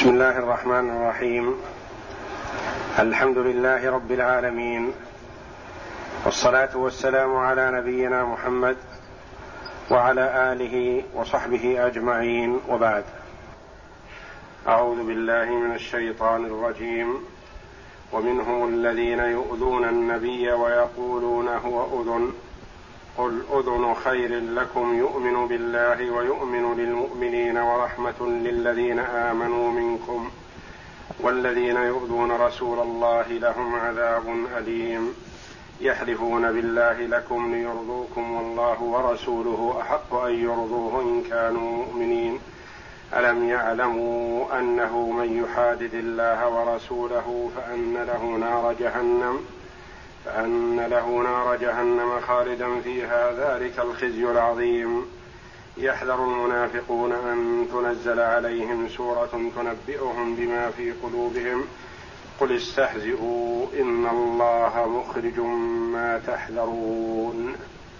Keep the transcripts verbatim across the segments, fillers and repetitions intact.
بسم الله الرحمن الرحيم. الحمد لله رب العالمين، والصلاة والسلام على نبينا محمد وعلى آله وصحبه أجمعين، وبعد. أعوذ بالله من الشيطان الرجيم. ومنهم الذين يؤذون النبي ويقولون هو أذن قل أذن خير لكم يؤمن بالله ويؤمن للمؤمنين ورحمة للذين آمنوا منكم والذين يؤذون رسول الله لهم عذاب أليم. يحلفون بالله لكم ليرضوكم والله ورسوله أحق أن يرضوه إن كانوا مؤمنين. ألم يعلموا أنه من يحادد الله ورسوله فأن له نار جهنم فأن له نار جهنم خالدا فيها ذلك الخزي العظيم. يحذر المنافقون أن تنزل عليهم سورة تنبئهم بما في قلوبهم قل استهزئوا إن الله مخرج ما تحذرون.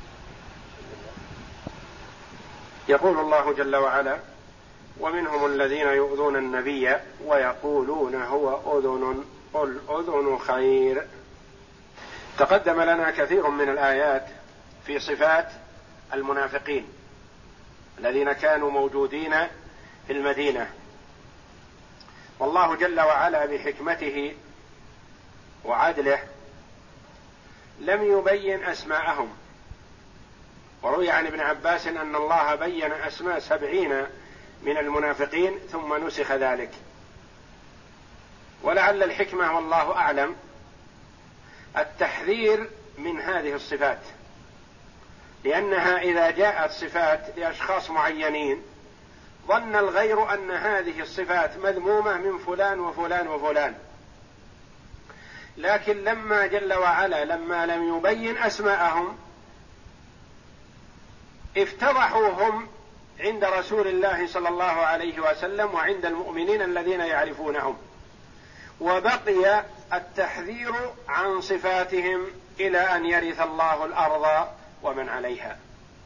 يقول الله جل وعلا: ومنهم الذين يؤذون النبي ويقولون هو أذن قل أذن خير. تقدم لنا كثير من الآيات في صفات المنافقين الذين كانوا موجودين في المدينة، والله جل وعلا بحكمته وعدله لم يبين أسماءهم. وروي عن ابن عباس أن الله بين أسماء سبعين من المنافقين ثم نسخ ذلك، ولعل الحكمة والله أعلم التحذير من هذه الصفات، لأنها إذا جاءت صفات لأشخاص معينين ظن الغير أن هذه الصفات مذمومة من فلان وفلان وفلان، لكن لما جل وعلا لما لم يبين أسماءهم افتضحوا هم عند رسول الله صلى الله عليه وسلم وعند المؤمنين الذين يعرفونهم، وبقي التحذير عن صفاتهم إلى أن يرث الله الأرض ومن عليها.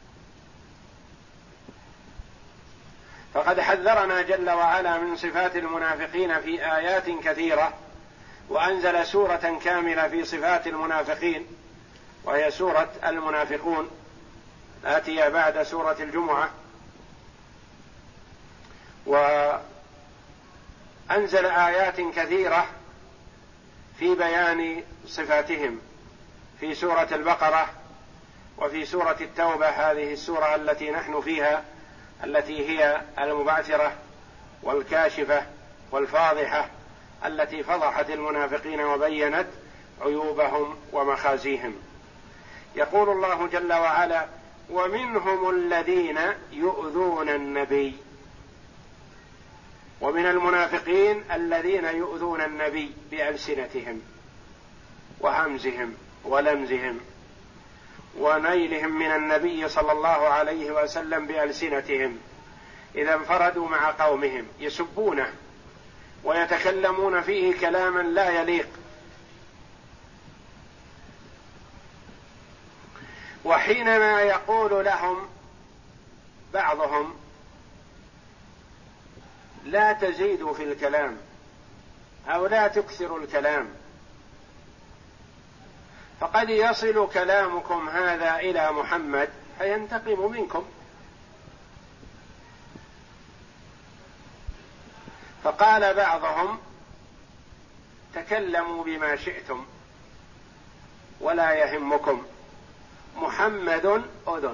فقد حذرنا جل وعلا من صفات المنافقين في آيات كثيرة، وأنزل سورة كاملة في صفات المنافقين وهي سورة المنافقون آتية بعد سورة الجمعة، وأنزل آيات كثيرة في بيان صفاتهم في سورة البقرة وفي سورة التوبة، هذه السورة التي نحن فيها التي هي المبعثرة والكاشفة والفاضحة التي فضحت المنافقين وبينت عيوبهم ومخازيهم. يقول الله جل وعلا: ومنهم الذين يؤذون النبي. ومن المنافقين الذين يؤذون النبي بألسنتهم وهمزهم ولمزهم ونيلهم من النبي صلى الله عليه وسلم بألسنتهم إذا انفردوا مع قومهم يسبونه ويتكلمون فيه كلاما لا يليق. وحينما يقول لهم بعضهم لا تزيدوا في الكلام أو لا تكثروا الكلام فقد يصل كلامكم هذا إلى محمد فينتقم منكم. فقال بعضهم تكلموا بما شئتم ولا يهمكم، محمد أذن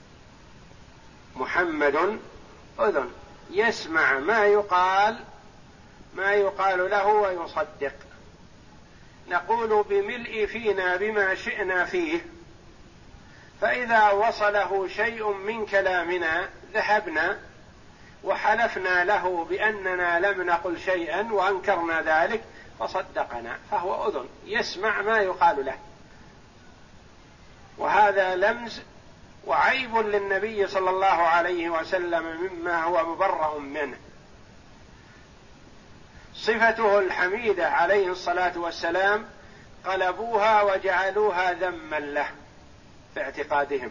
محمد أذن يسمع ما يقال ما يقال له ويصدق. نقول بملء فينا بما شئنا فيه، فإذا وصله شيء من كلامنا ذهبنا وحلفنا له بأننا لم نقل شيئا وأنكرنا ذلك فصدقنا، فهو أذن يسمع ما يقال له. وهذا لمز وعيب للنبي صلى الله عليه وسلم مما هو مبرأ منه. صفته الحميدة عليه الصلاة والسلام قلبوها وجعلوها ذما له في اعتقادهم.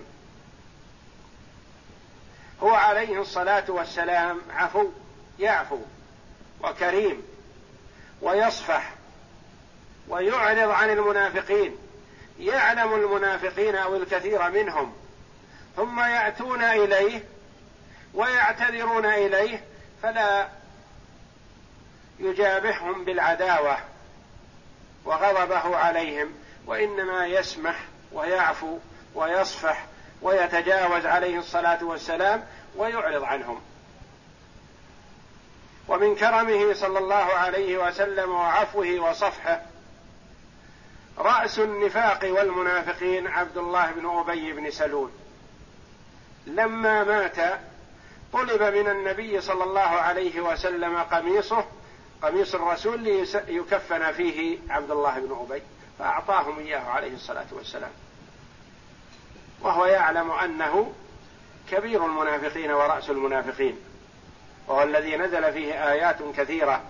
هو عليه الصلاة والسلام عفو يعفو وكريم ويصفح ويعرض عن المنافقين، يعلم المنافقين أو الكثير منهم، ثم يأتون إليه ويعتذرون إليه فلا يجابههم بالعداوة وغضبه عليهم، وإنما يسمح ويعفو ويصفح ويتجاوز عليه الصلاة والسلام ويعرض عنهم. ومن كرمه صلى الله عليه وسلم وعفوه وصفحه رأس النفاق والمنافقين عبد الله بن أبي بن سلول، لما مات طلب من النبي صلى الله عليه وسلم قميصه، قميص الرسول ليكفن فيه عبد الله بن أبي، فأعطاهم إياه عليه الصلاة والسلام، وهو يعلم أنه كبير المنافقين ورأس المنافقين، وهو الذي نزل فيه آيات كثيرة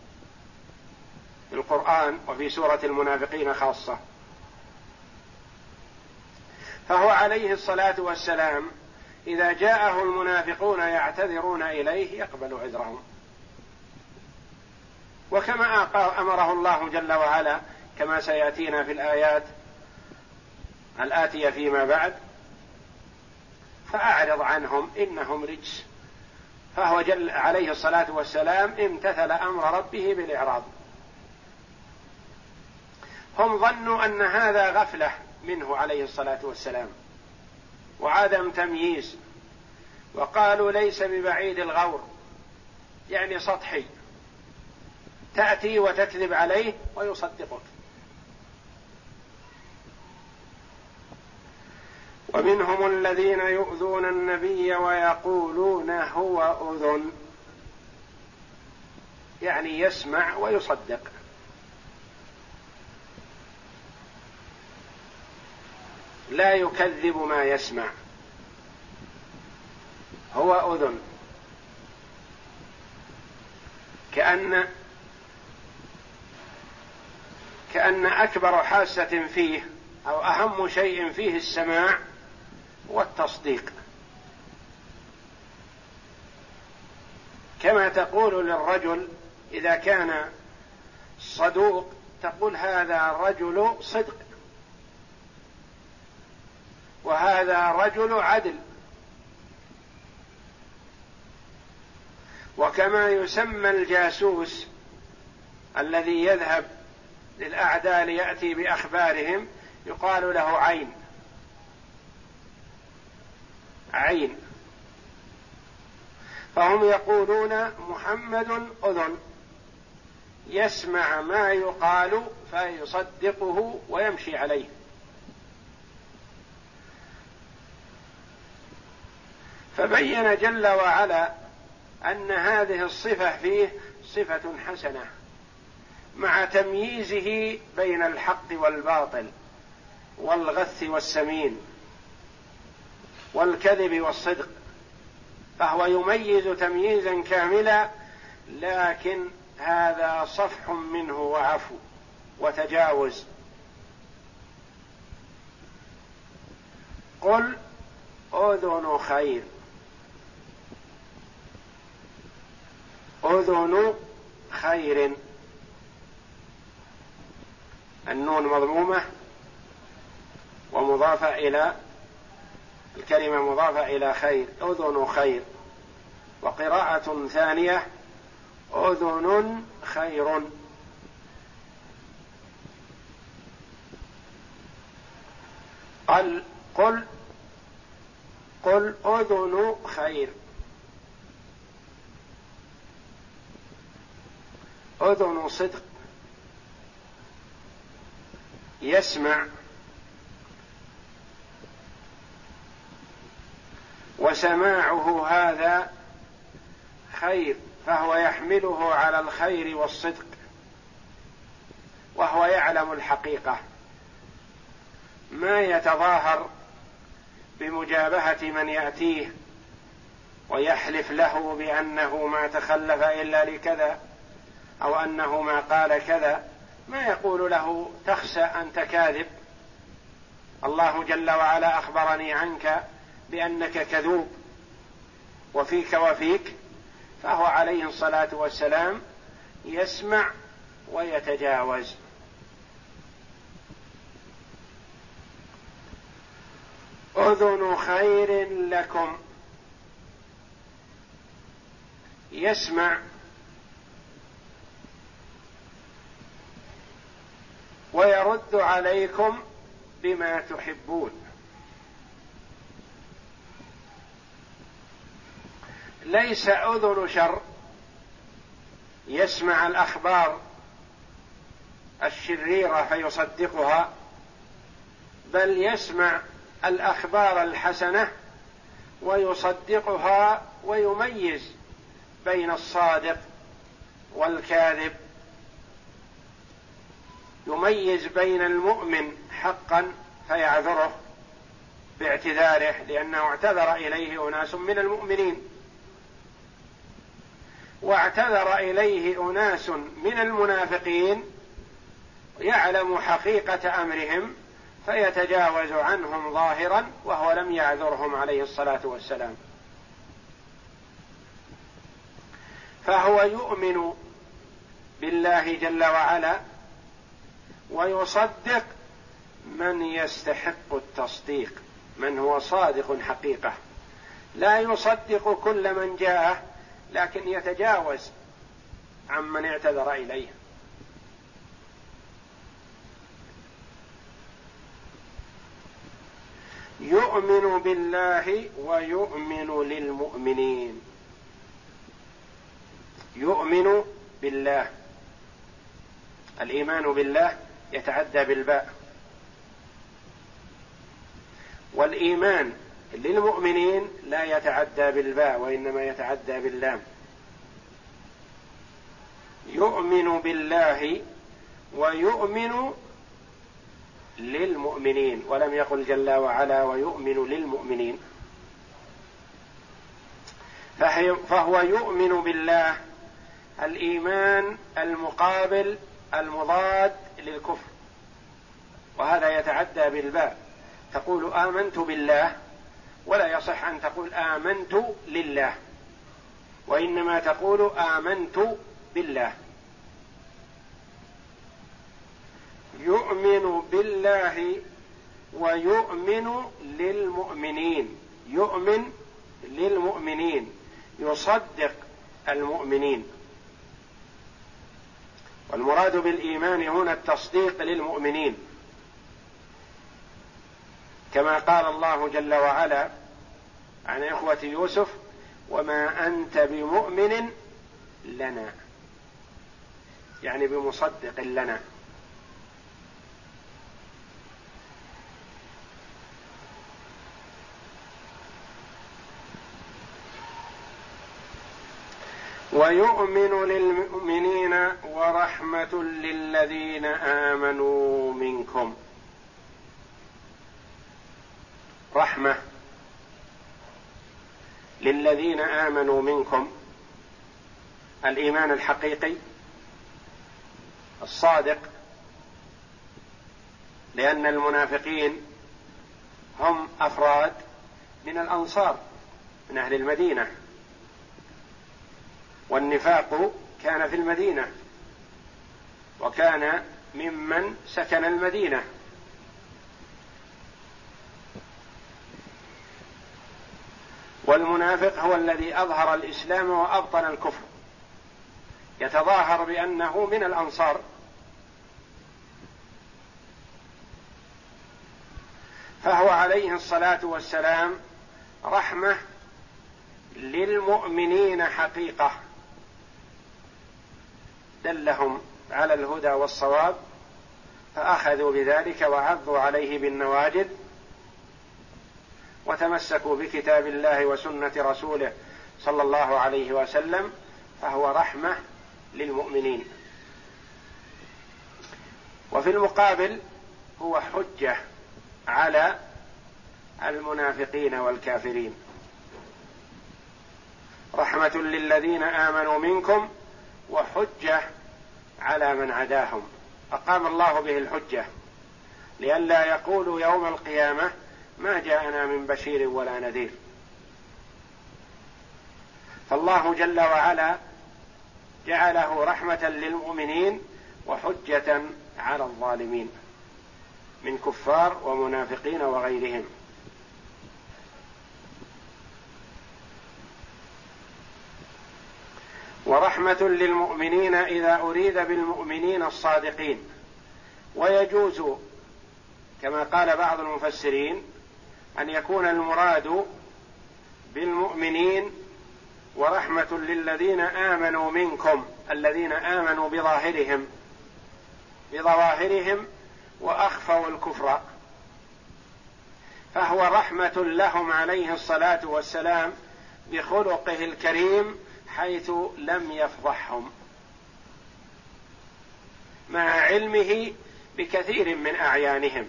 في القرآن وفي سورة المنافقين خاصة. فهو عليه الصلاة والسلام إذا جاءه المنافقون يعتذرون إليه يقبل عذرهم، وكما أمره الله جل وعلا كما سيأتينا في الآيات الآتية فيما بعد: فأعرض عنهم إنهم رجس. فهو جل عليه الصلاة والسلام امتثل أمر ربه بالإعراض. هم ظنوا أن هذا غفلة منه عليه الصلاة والسلام وعدم تمييز، وقالوا ليس ببعيد الغور، يعني سطحي، تأتي وتكذب عليه ويصدقك. ومنهم الذين يؤذون النبي ويقولون هو أذن، يعني يسمع ويصدق. لا يكذب ما يسمع، هو أذن، كأن كأن أكبر حاسة فيه أو أهم شيء فيه السماع والتصديق، كما تقول للرجل إذا كان صدوق تقول هذا رجل صدق، وهذا رجل عدل. وكما يسمى الجاسوس الذي يذهب للأعداء ليأتي بأخبارهم يقال له عين، عين. فهم يقولون محمد أذن، يسمع ما يقال فيصدقه ويمشي عليه. فبين جل وعلا أن هذه الصفة فيه صفة حسنة، مع تمييزه بين الحق والباطل والغث والسمين والكذب والصدق، فهو يميز تمييزا كاملا، لكن هذا صفح منه وعفو وتجاوز. قل أذن خير، أذن خير، النون مضمومة ومضافة إلى الكلمة مضافة إلى خير، أذن خير. وقراءة ثانية أذن خير. قل قل قل أذن خير، أذن صدق، يسمع وسماعه هذا خير، فهو يحمله على الخير والصدق، وهو يعلم الحقيقة، ما يتظاهر بمجابهة من يأتيه ويحلف له بأنه ما تخلف إلا لكذا أو أنه ما قال كذا، ما يقول له تخشى أنت كاذب، الله جل وعلا أخبرني عنك بأنك كذوب وفيك وفيك. فهو عليه الصلاة والسلام يسمع ويتجاوز. أذن خير لكم، يسمع ويرد عليكم بما تحبون. ليس أذن شر يسمع الأخبار الشريرة فيصدقها، بل يسمع الأخبار الحسنة ويصدقها ويميز بين الصادق والكاذب، يميز بين المؤمن حقا فيعذره باعتذاره لأنه اعتذر إليه أناس من المؤمنين، واعتذر إليه أناس من المنافقين يعلم حقيقة أمرهم فيتجاوز عنهم ظاهرا وهو لم يعذرهم عليه الصلاة والسلام. فهو يؤمن بالله جل وعلا ويصدق من يستحق التصديق، من هو صادق حقيقة، لا يصدق كل من جاءه لكن يتجاوز عمن اعتذر إليه. يؤمن بالله ويؤمن للمؤمنين. يؤمن بالله، الإيمان بالله يتعدى بالباء، والإيمان للمؤمنين لا يتعدى بالباء وإنما يتعدى باللام. يؤمن بالله ويؤمن للمؤمنين، ولم يقل جل وعلا ويؤمن للمؤمنين. فهو يؤمن بالله الإيمان المقابل المضاد للكفر، وهذا يتعدى بالباء. تقول آمنت بالله ولا يصح أن تقول آمنت لله، وإنما تقول آمنت بالله. يؤمن بالله ويؤمن للمؤمنين، يؤمن للمؤمنين، يصدق المؤمنين. والمراد بالإيمان هنا التصديق للمؤمنين، كما قال الله جل وعلا عن إخوة يوسف: وما أنت بمؤمن لنا، يعني بمصدق لنا. ويؤمن للمؤمنين ورحمة للذين آمنوا منكم. رحمة للذين آمنوا منكم، الإيمان الحقيقي الصادق، لأن المنافقين هم أفراد من الأنصار من أهل المدينة، والنفاق كان في المدينة وكان ممن سكن المدينة. والمنافق هو الذي أظهر الإسلام وأبطن الكفر، يتظاهر بأنه من الأنصار. فهو عليه الصلاة والسلام رحمة للمؤمنين حقيقة، دلهم على الهدى والصواب فأخذوا بذلك وعضوا عليه بالنواجذ وتمسكوا بكتاب الله وسنة رسوله صلى الله عليه وسلم، فهو رحمة للمؤمنين. وفي المقابل هو حجة على المنافقين والكافرين. رحمة للذين آمنوا منكم وحجة على من عداهم، أقام الله به الحجة لئلا يقولوا يوم القيامة ما جاءنا من بشير ولا نذير. فالله جل وعلا جعله رحمة للمؤمنين وحجة على الظالمين من كفار ومنافقين وغيرهم. ورحمة للمؤمنين إذا أريد بالمؤمنين الصادقين. ويجوز كما قال بعض المفسرين أن يكون المراد بالمؤمنين ورحمة للذين آمنوا منكم الذين آمنوا بظاهرهم بظواهرهم وأخفوا الكفر، فهو رحمة لهم عليه الصلاة والسلام بخلقه الكريم حيث لم يفضحهم مع علمه بكثير من أعيانهم.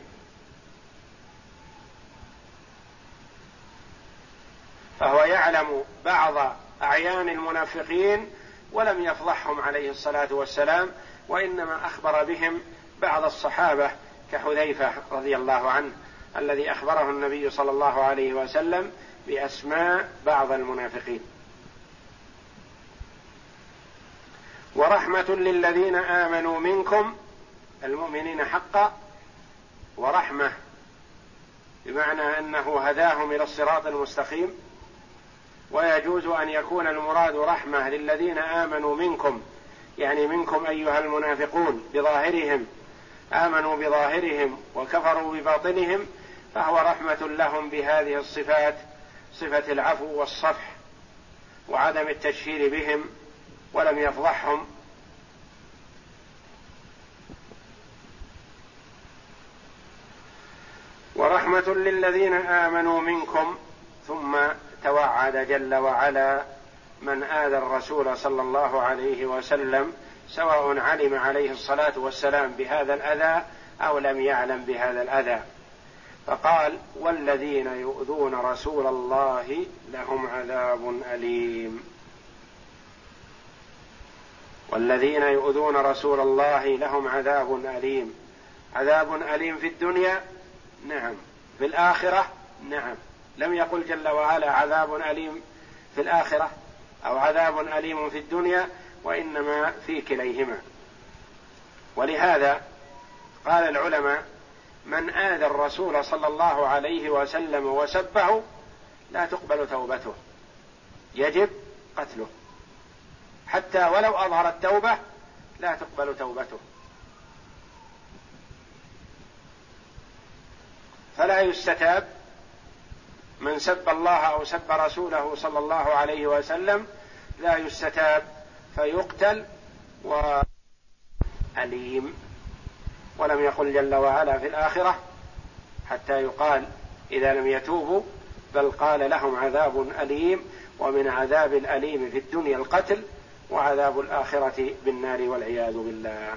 فهو يعلم بعض أعيان المنافقين ولم يفضحهم عليه الصلاة والسلام، وإنما أخبر بهم بعض الصحابة كحذيفة رضي الله عنه الذي أخبره النبي صلى الله عليه وسلم بأسماء بعض المنافقين. ورحمة للذين آمنوا منكم المؤمنين حقا، ورحمة بمعنى أنه هداهم إلى الصراط المستقيم. ويجوز أن يكون المراد رحمة للذين آمنوا منكم، يعني منكم أيها المنافقون بظاهرهم، آمنوا بظاهرهم وكفروا بباطنهم، فهو رحمة لهم بهذه الصفات، صفة العفو والصفح وعدم التشهير بهم ولم يفضحهم. ورحمة للذين آمنوا منكم، ثم توعد جل وعلا من آذى الرسول صلى الله عليه وسلم سواء علم عليه الصلاة والسلام بهذا الأذى أو لم يعلم بهذا الأذى، فقال: والذين يؤذون رسول الله لهم عذاب أليم. والذين يؤذون رسول الله لهم عذاب أليم. عذاب أليم في الدنيا، نعم. في الآخرة، نعم. لم يقل جل وعلا عذاب أليم في الآخرة أو عذاب أليم في الدنيا، وإنما في كليهما. ولهذا قال العلماء: من آذى الرسول صلى الله عليه وسلم وسبه لا تقبل توبته، يجب قتله، حتى ولو أظهر التوبة لا تقبل توبته. فلا يستتاب من سب الله أو سب رسوله صلى الله عليه وسلم، لا يستتاب فيقتل وأليم. ولم يقل جل وعلا في الآخرة حتى يقال إذا لم يتوبوا، بل قال لهم عذاب أليم، ومن عذاب الأليم في الدنيا القتل، وعذاب الآخرة بالنار والعياذ بالله.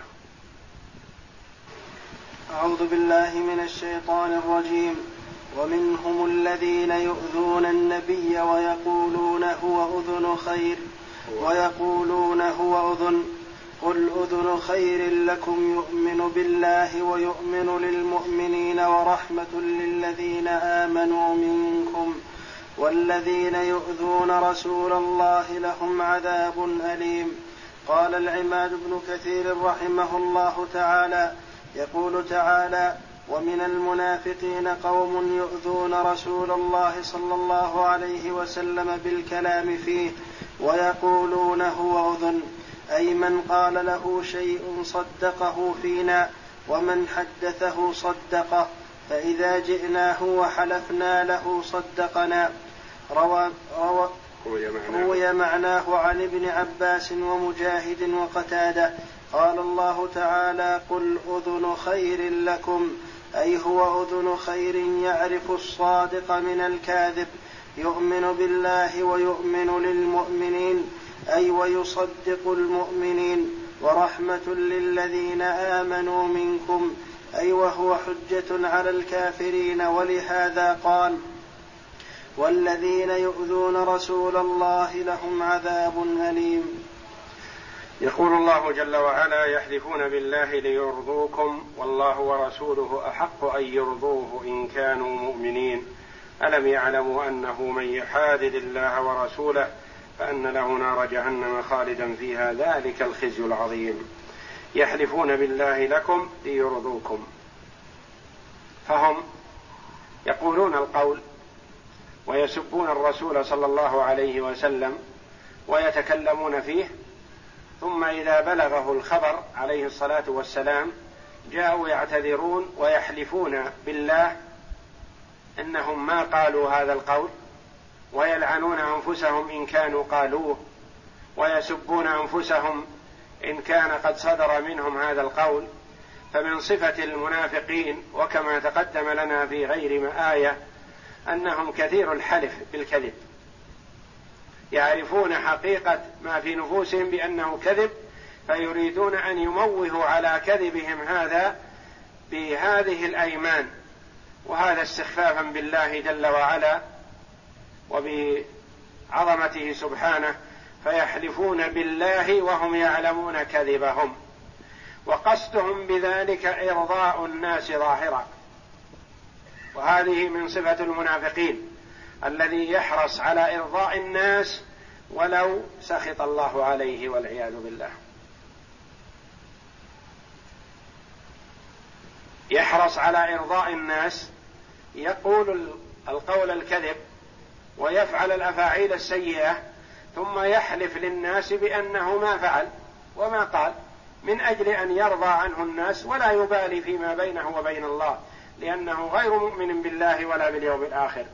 أعوذ بالله من الشيطان الرجيم. ومنهم الذين يؤذون النبي ويقولون هو أذن خير ويقولون هو أذن قل أذن خير لكم يؤمن بالله ويؤمن للمؤمنين ورحمة للذين آمنوا منكم والذين يؤذون رسول الله لهم عذاب أليم. قال العماد بن كثير رحمه الله تعالى: يقول تعالى: ومن المنافقين قوم يؤذون رسول الله صلى الله عليه وسلم بالكلام فيه ويقولون هو أذن، أي من قال له شيء صدقه فينا ومن حدثه صدقه، فإذا جئناه وحلفنا له صدقنا. روى, روى روي معناه عن ابن عباس ومجاهد وقتادة. قال الله تعالى: قل أذن خير لكم، أي هو أذن خير يعرف الصادق من الكاذب، يؤمن بالله ويؤمن للمؤمنين، أي ويصدق المؤمنين، ورحمة للذين آمنوا منكم، أي وهو حجة على الكافرين. ولهذا قال: والذين يؤذون رسول الله لهم عذاب أليم. يقول الله جل وعلا: يحلفون بالله ليرضوكم والله ورسوله أحق أن يرضوه إن كانوا مؤمنين ألم يعلموا أنه من يحادد الله ورسوله فأن له نار جهنم خالدا فيها ذلك الخزي العظيم. يحلفون بالله لكم ليرضوكم، فهم يقولون القول ويسبون الرسول صلى الله عليه وسلم ويتكلمون فيه، ثم إذا بلغه الخبر عليه الصلاة والسلام جاءوا يعتذرون ويحلفون بالله إنهم ما قالوا هذا القول، ويلعنون أنفسهم إن كانوا قالوه، ويسبون أنفسهم إن كان قد صدر منهم هذا القول. فمن صفة المنافقين وكما تقدم لنا في غير ما آية أنهم كثير الحلف بالكذب، يعرفون حقيقة ما في نفوسهم بأنه كذب، فيريدون أن يموهوا على كذبهم هذا بهذه الأيمان، وهذا استخفافا بالله جل وعلا وبعظمته سبحانه، فيحلفون بالله وهم يعلمون كذبهم، وقصدهم بذلك إرضاء الناس ظاهرا. وهذه من صفة المنافقين الذي يحرص على إرضاء الناس ولو سخط الله عليه والعياذ بالله، يحرص على إرضاء الناس، يقول القول الكذب ويفعل الأفاعيل السيئة، ثم يحلف للناس بأنه ما فعل وما قال، من أجل أن يرضى عنه الناس ولا يبالي فيما بينه وبين الله، لأنه غير مؤمن بالله ولا باليوم الآخر.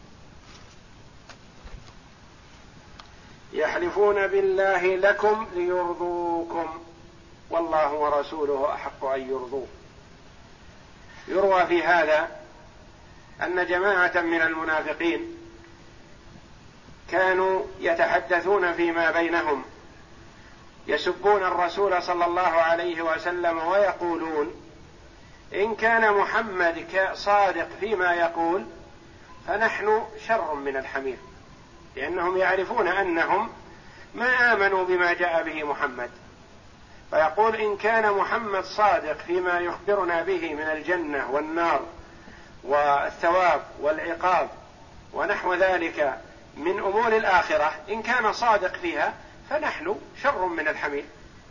يحلفون بالله لكم ليرضوكم والله ورسوله أحق أن يرضوه. يروى في هذا أن جماعة من المنافقين كانوا يتحدثون فيما بينهم يسبون الرسول صلى الله عليه وسلم ويقولون إن كان محمد صادق فيما يقول فنحن شر من الحمير، لأنهم يعرفون أنهم ما آمنوا بما جاء به محمد. فيقول إن كان محمد صادق فيما يخبرنا به من الجنة والنار والثواب والعقاب ونحو ذلك من أمور الآخرة، إن كان صادق فيها فنحن شر من الحمير.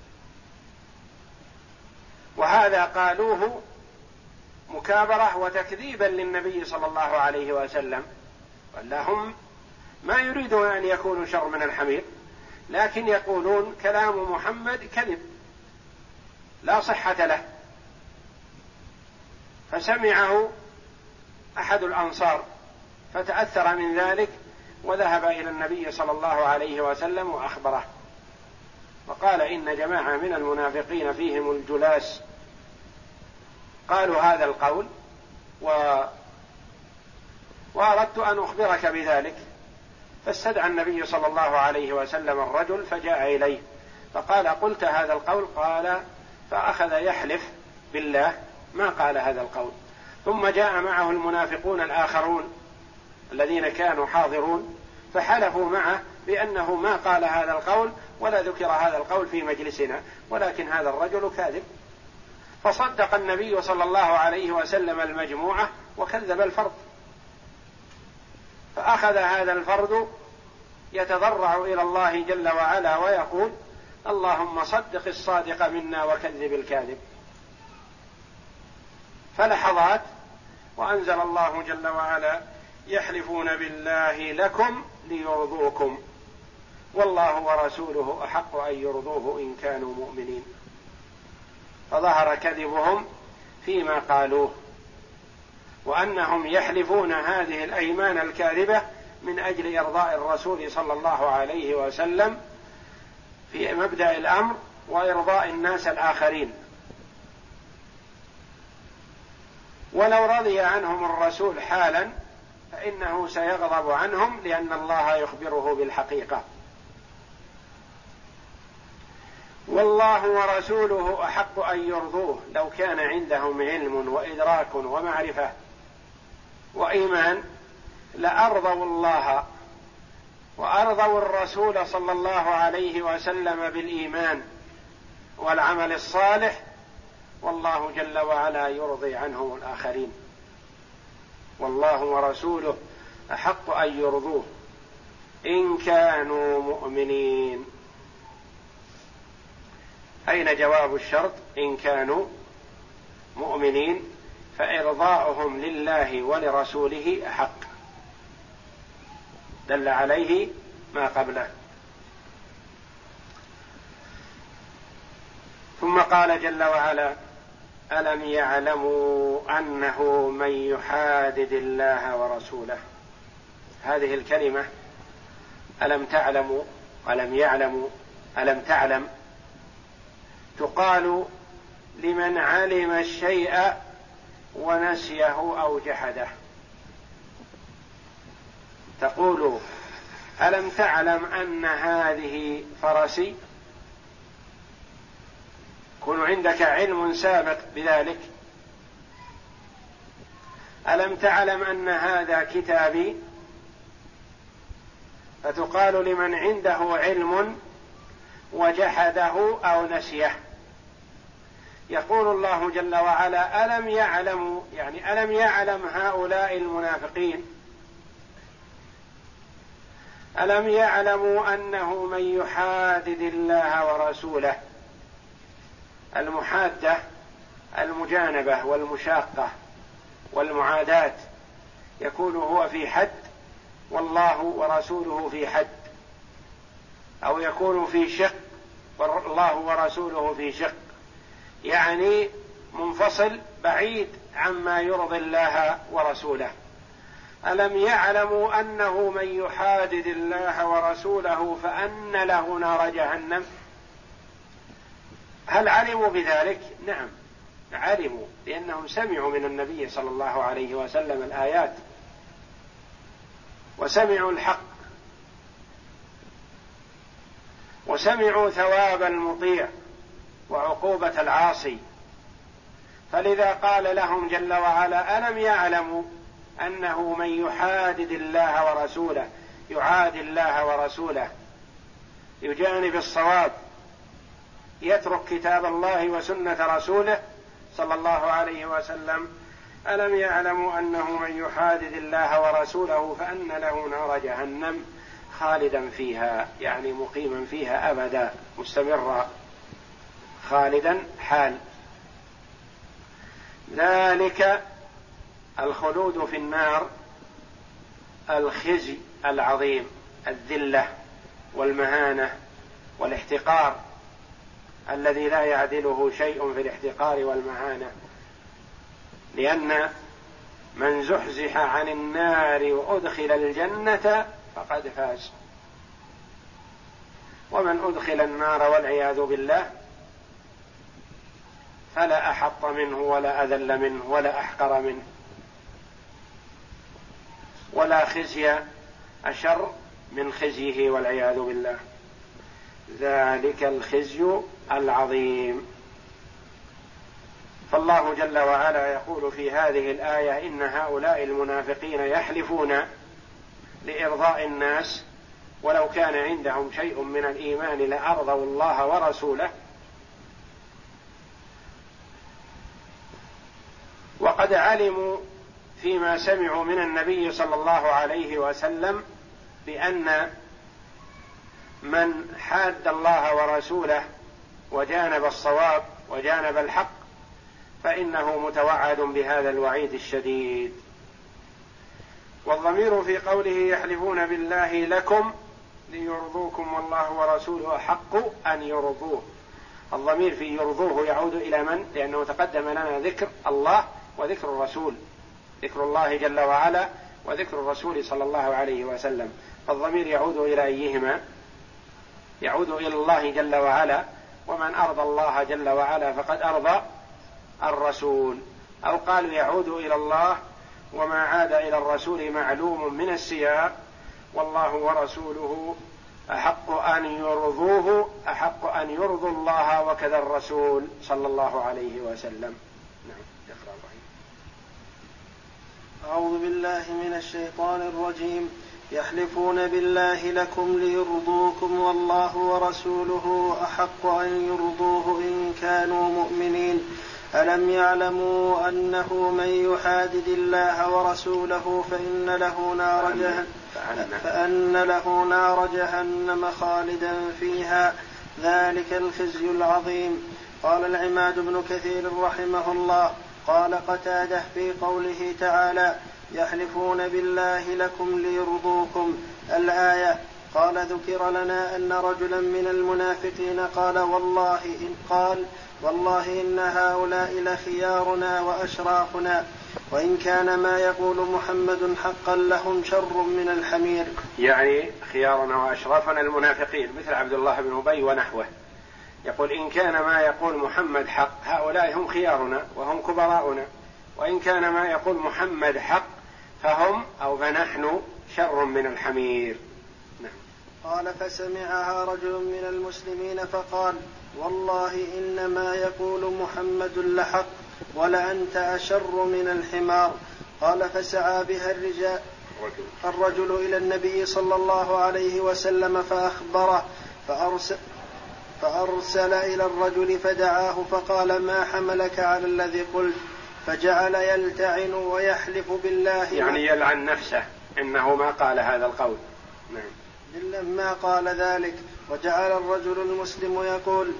وهذا قالوه مكابرة وتكذيبا للنبي صلى الله عليه وسلم، واللهم ما يريدون أن يكونوا شر من الحمير، لكن يقولون كلام محمد كذب لا صحة له. فسمعه أحد الأنصار فتأثر من ذلك وذهب إلى النبي صلى الله عليه وسلم وأخبره، وقال إن جماعة من المنافقين فيهم الجلاس قالوا هذا القول و... وأردت أن أخبرك بذلك. فاستدعى النبي صلى الله عليه وسلم الرجل فجاء إليه فقال قلت هذا القول؟ قال، فأخذ يحلف بالله ما قال هذا القول. ثم جاء معه المنافقون الآخرون الذين كانوا حاضرون فحلفوا معه بأنه ما قال هذا القول ولا ذكر هذا القول في مجلسنا، ولكن هذا الرجل كاذب. فصدق النبي صلى الله عليه وسلم المجموعة وكذب الفرد. فأخذ هذا الفرد يتضرع إلى الله جل وعلا ويقول اللهم صدق الصادق منا وكذب الكاذب. فلحظات وأنزل الله جل وعلا يحلفون بالله لكم ليرضوكم والله ورسوله أحق أن يرضوه إن كانوا مؤمنين. فظهر كذبهم فيما قالوه، وأنهم يحلفون هذه الأيمان الكاذبة من أجل إرضاء الرسول صلى الله عليه وسلم في مبدأ الأمر وإرضاء الناس الآخرين. ولو رضي عنهم الرسول حالا فإنه سيغضب عنهم، لأن الله يخبره بالحقيقة. والله ورسوله أحق أن يرضوه لو كان عندهم علم وإدراك ومعرفة وإيمان لأرضوا الله وأرضوا الرسول صلى الله عليه وسلم بالإيمان والعمل الصالح، والله جل وعلا يرضي عنهم الآخرين. والله ورسوله أحق أن يرضوه إن كانوا مؤمنين. أين جواب الشرط؟ إن كانوا مؤمنين، فإرضاؤهم لله ولرسوله أحق، دل عليه ما قبله. ثم قال جل وعلا: ألم يعلموا أنه من يحادد الله ورسوله. هذه الكلمة ألم تعلموا، ألم يعلموا، ألم تعلم، تقال لمن علم الشيء ونسيه أو جحده. تقول: ألم تعلم أن هذه فرسي؟ يكون عندك علم سابق بذلك. ألم تعلم أن هذا كتابي؟ فتقال لمن عنده علم وجحده أو نسيه. يقول الله جل وعلا: ألم يعلموا، يعني ألم يعلم هؤلاء المنافقين، ألم يعلموا أنه من يحادد الله ورسوله. المحادة المجانبة والمشاقة والمعاداة، يكون هو في حد والله ورسوله في حد، أو يكون في شق والله ورسوله في شق، يعني منفصل بعيد عما يرضي الله ورسوله. ألم يعلموا أنه من يحادد الله ورسوله فأن له نار جهنم. هل علموا بذلك؟ نعم علموا، لأنهم سمعوا من النبي صلى الله عليه وسلم الآيات وسمعوا الحق وسمعوا ثواب المطيع وعقوبة العاصي. فلذا قال لهم جل وعلا: ألم يعلموا أنه من يحادد الله ورسوله، يعادي الله ورسوله، يجانب الصواب، يترك كتاب الله وسنة رسوله صلى الله عليه وسلم. ألم يعلموا أنه من يحادد الله ورسوله فأن له نار جهنم خالدا فيها، يعني مقيما فيها أبدا، مستمرا، خالدا حال. ذلك الخلود في النار الخزي العظيم، الذلة والمهانة والاحتقار الذي لا يعدله شيء في الاحتقار والمهانة، لأن من زحزح عن النار وأدخل الجنة فقد فاز، ومن أدخل النار والعياذ بالله فلا أحط منه ولا أذل منه ولا أحقر منه، ولا خزي أشر من خزيه والعياذ بالله. ذلك الخزي العظيم. فالله جل وعلا يقول في هذه الآية: إن هؤلاء المنافقين يحلفون لإرضاء الناس، ولو كان عندهم شيء من الإيمان لأرضوا الله ورسوله، وقد علموا فيما سمعوا من النبي صلى الله عليه وسلم بأن من حاد الله ورسوله وجانب الصواب وجانب الحق فإنه متوعد بهذا الوعيد الشديد. والضمير في قوله يحلفون بالله لكم ليرضوكم والله ورسوله أحق أن يرضوه. الضمير في يرضوه يعود إلى من؟ لأنه تقدم لنا ذكر الله وذكر الرسول، ذكر الله جل وعلا وذكر الرسول صلى الله عليه وسلم. فالضمير يعود إلى أيهما؟ يعود إلى الله جل وعلا، ومن أرضى الله جل وعلا فقد أرضى الرسول. أو قالوا يعود إلى الله، وما عاد إلى الرسول معلوم من السياق، والله ورسوله أحق أن يرضوه، أحق أن يرضوا الله وكذا الرسول صلى الله عليه وسلم. نعم. يقرأ الرحيم. أعوذ بالله من الشيطان الرجيم. يحلفون بالله لكم ليرضوكم والله ورسوله أحق أن يرضوه إن كانوا مؤمنين. ألم يعلموا أنه من يحادد الله ورسوله فإن له نار جهنم فأن له نار جهنم خالدا فيها، ذلك الخزي العظيم. قال العماد بن كثير رحمه الله قال قتادة في قوله تعالى يحلفون بالله لكم ليرضوكم الآية، قال ذكر لنا أن رجلا من المنافقين قال والله إن قال والله إن هؤلاء لخيارنا وأشرافنا، وإن كان ما يقول محمد حقا لهم شر من الحمير. يعني خيارنا وأشرافنا المنافقين مثل عبد الله بن أبي ونحوه، يقول إن كان ما يقول محمد حق هؤلاء هم خيارنا وهم كبراؤنا، وإن كان ما يقول محمد حق فهم أو فنحن شر من الحمير. نعم. قال فسمعها رجل من المسلمين فقال والله إن ما يقول محمد لحق ولأنت أشر من الحمار. قال فسعى بها الرجال الرجل إلى النبي صلى الله عليه وسلم فأخبره، فأرسل, فأرسل إلى الرجل فدعاه فقال ما حملك على الذي قلت؟ فجعل يلتعن ويحلف بالله، يعني يلعن نفسه إنه ما قال هذا القول. نعم. لما قال ذلك وجعل الرجل المسلم يقول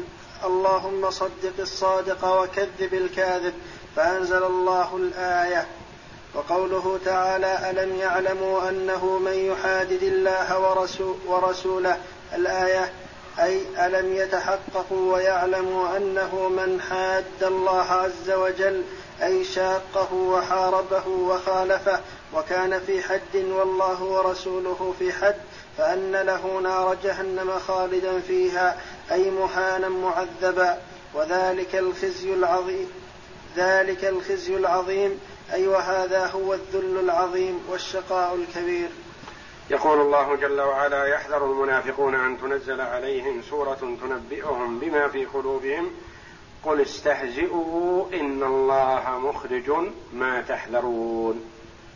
اللهم صدق الصادق وكذب الكاذب، فأنزل الله الآية. وقوله تعالى ألم يعلموا أنه من يحادد الله ورسوله الآية، أي ألم يتحققوا ويعلموا أنه من حاد الله عز وجل أي شاقه وحاربه وخالفه وكان في حد والله ورسوله في حد فأن له نار جهنم خالدا فيها أي مهانا معذبا، وذلك الخزي العظيم ذلك الخزي العظيم أي وهذا هو الذل العظيم والشقاء الكبير. يقول الله جل وعلا يحذر المنافقون أن تنزل عليهم سورة تنبئهم بما في قلوبهم قل استهزئوا إن الله مخرج ما تحذرون.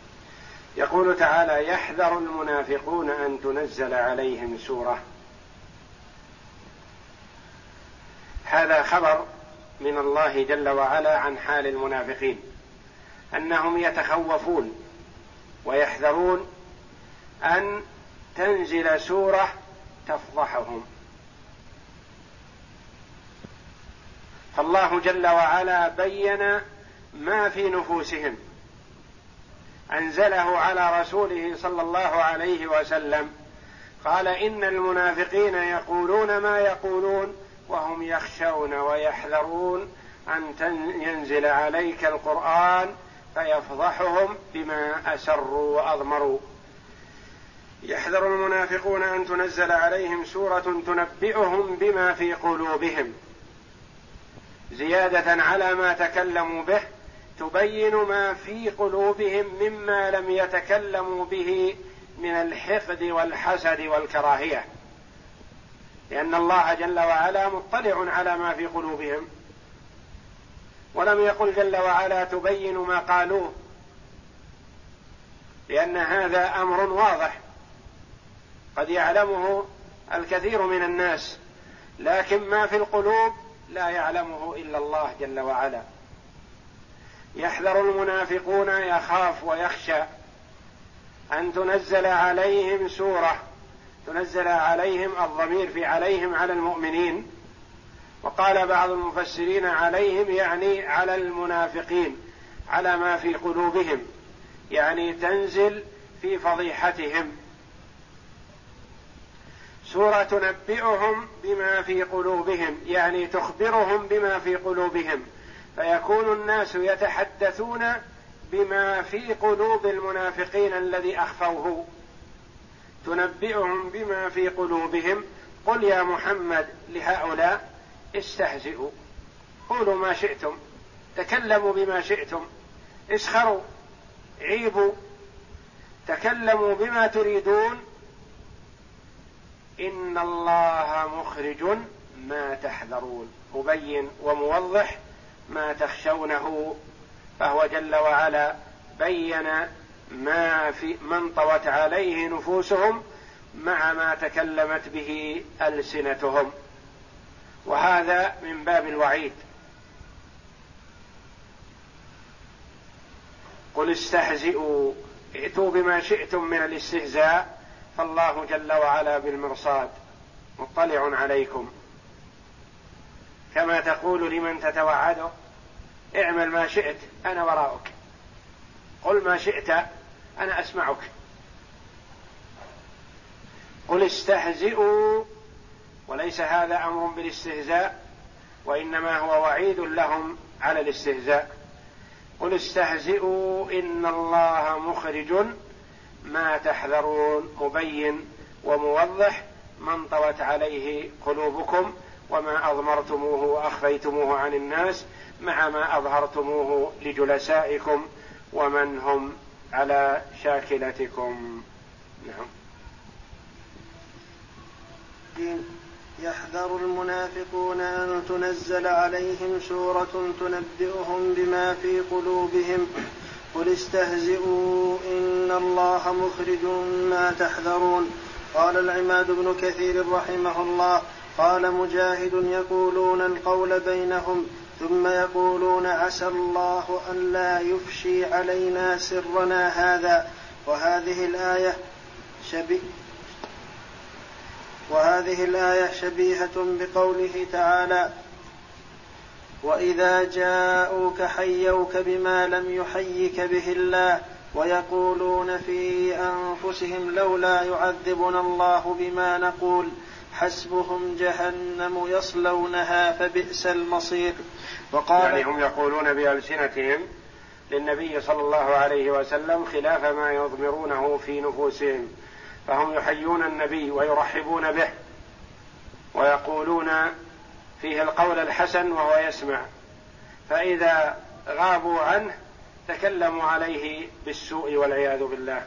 يقول تعالى يحذر المنافقون أن تنزل عليهم سورة، هذا خبر من الله جل وعلا عن حال المنافقين أنهم يتخوفون ويحذرون أن تنزل سورة تفضحهم، فالله جل وعلا بين ما في نفوسهم أنزله على رسوله صلى الله عليه وسلم، قال إن المنافقين يقولون ما يقولون وهم يخشون ويحذرون أن ينزل عليك القرآن فيفضحهم بما أسروا وأضمروا. يحذر المنافقون أن تنزل عليهم سورة تنبئهم بما في قلوبهم، زيادة على ما تكلموا به تبين ما في قلوبهم مما لم يتكلموا به من الحقد والحسد والكراهية، لأن الله جل وعلا مطلع على ما في قلوبهم، ولم يقل جل وعلا تبين ما قالوه، لأن هذا أمر واضح قد يعلمه الكثير من الناس، لكن ما في القلوب لا يعلمه إلا الله جل وعلا. يحذر المنافقون يخاف ويخشى أن تنزل عليهم سورة، تنزل عليهم الضمير في عليهم على المؤمنين، وقال بعض المفسرين عليهم يعني على المنافقين على ما في قلوبهم، يعني تنزل في فضيحتهم سورة تنبئهم بما في قلوبهم، يعني تخبرهم بما في قلوبهم، فيكون الناس يتحدثون بما في قلوب المنافقين الذي أخفوه. تنبئهم بما في قلوبهم قل يا محمد لهؤلاء استهزئوا، قولوا ما شئتم، تكلموا بما شئتم، اسخروا، عيبوا، تكلموا بما تريدون، إن الله مخرج ما تحذرون، مبين وموضح ما تخشونه، فهو جل وعلا بين ما في من طوت عليه نفوسهم مع ما تكلمت به ألسنتهم، وهذا من باب الوعيد. قل استهزئوا ائتوا بما شئتم من الاستهزاء فالله جل وعلا بالمرصاد مطلع عليكم، كما تقول لمن تتوعده اعمل ما شئت أنا وراءك، قل ما شئت أنا أسمعك، قل استهزئوا، وليس هذا أمر بالاستهزاء وإنما هو وعيد لهم على الاستهزاء. قل استهزئوا إن الله مخرج ما تحذرون، مبين وموضح ما انطوت عليه قلوبكم وما أضمرتموه وأخفيتموه عن الناس مع ما أظهرتموه لجلسائكم ومن هم على شاكلتكم. نعم. يحذر المنافقون أن تنزل عليهم سورة تنبئهم بما في قلوبهم قل استهزئوا إن الله مخرج ما تحذرون. قال العماد بن كثير رحمه الله قال مجاهد يقولون القول بينهم ثم يقولون عسى الله أن لا يفشي علينا سرنا هذا. وهذه الآية شبيه وهذه الآية شبيهة بقوله تعالى وإذا جاءوك حيوك بما لم يحيك به الله ويقولون في أنفسهم لولا يعذبنا الله بما نقول حسبهم جهنم يصلونها فبئس المصير. وقال يعني هم يقولون بألسنتهم للنبي صلى الله عليه وسلم خلاف ما يضمرونه في نفوسهم، فهم يحيون النبي ويرحبون به ويقولون فيه القول الحسن وهو يسمع، فإذا غابوا عنه تكلموا عليه بالسوء والعياذ بالله.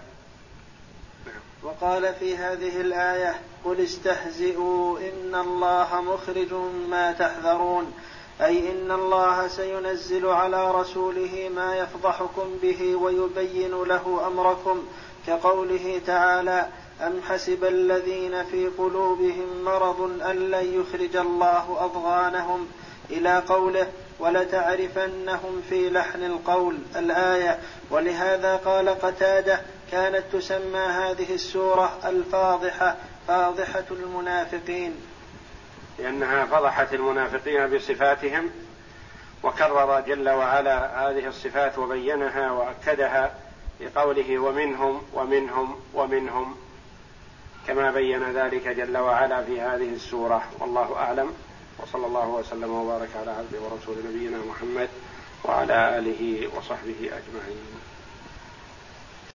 وقال في هذه الآية قل استهزئوا إن الله مخرج ما تحذرون، أي إن الله سينزل على رسوله ما يفضحكم به ويبين له أمركم، كقوله تعالى أم حسب الذين في قلوبهم مرض أن لن يخرج الله أضغانهم إلى قوله ولتعرفنهم في لحن القول الآية. ولهذا قال قتادة كانت تسمى هذه السورة الفاضحة فاضحة المنافقين، لأنها فضحت المنافقين بصفاتهم، وكرر جل وعلا هذه الصفات وبينها وأكدها بقوله ومنهم ومنهم ومنهم، كما بين ذلك جل وعلا في هذه السورة. والله أعلم، وصلى الله وسلم وبارك على عبده ورسول نبينا محمد وعلى آله وصحبه أجمعين.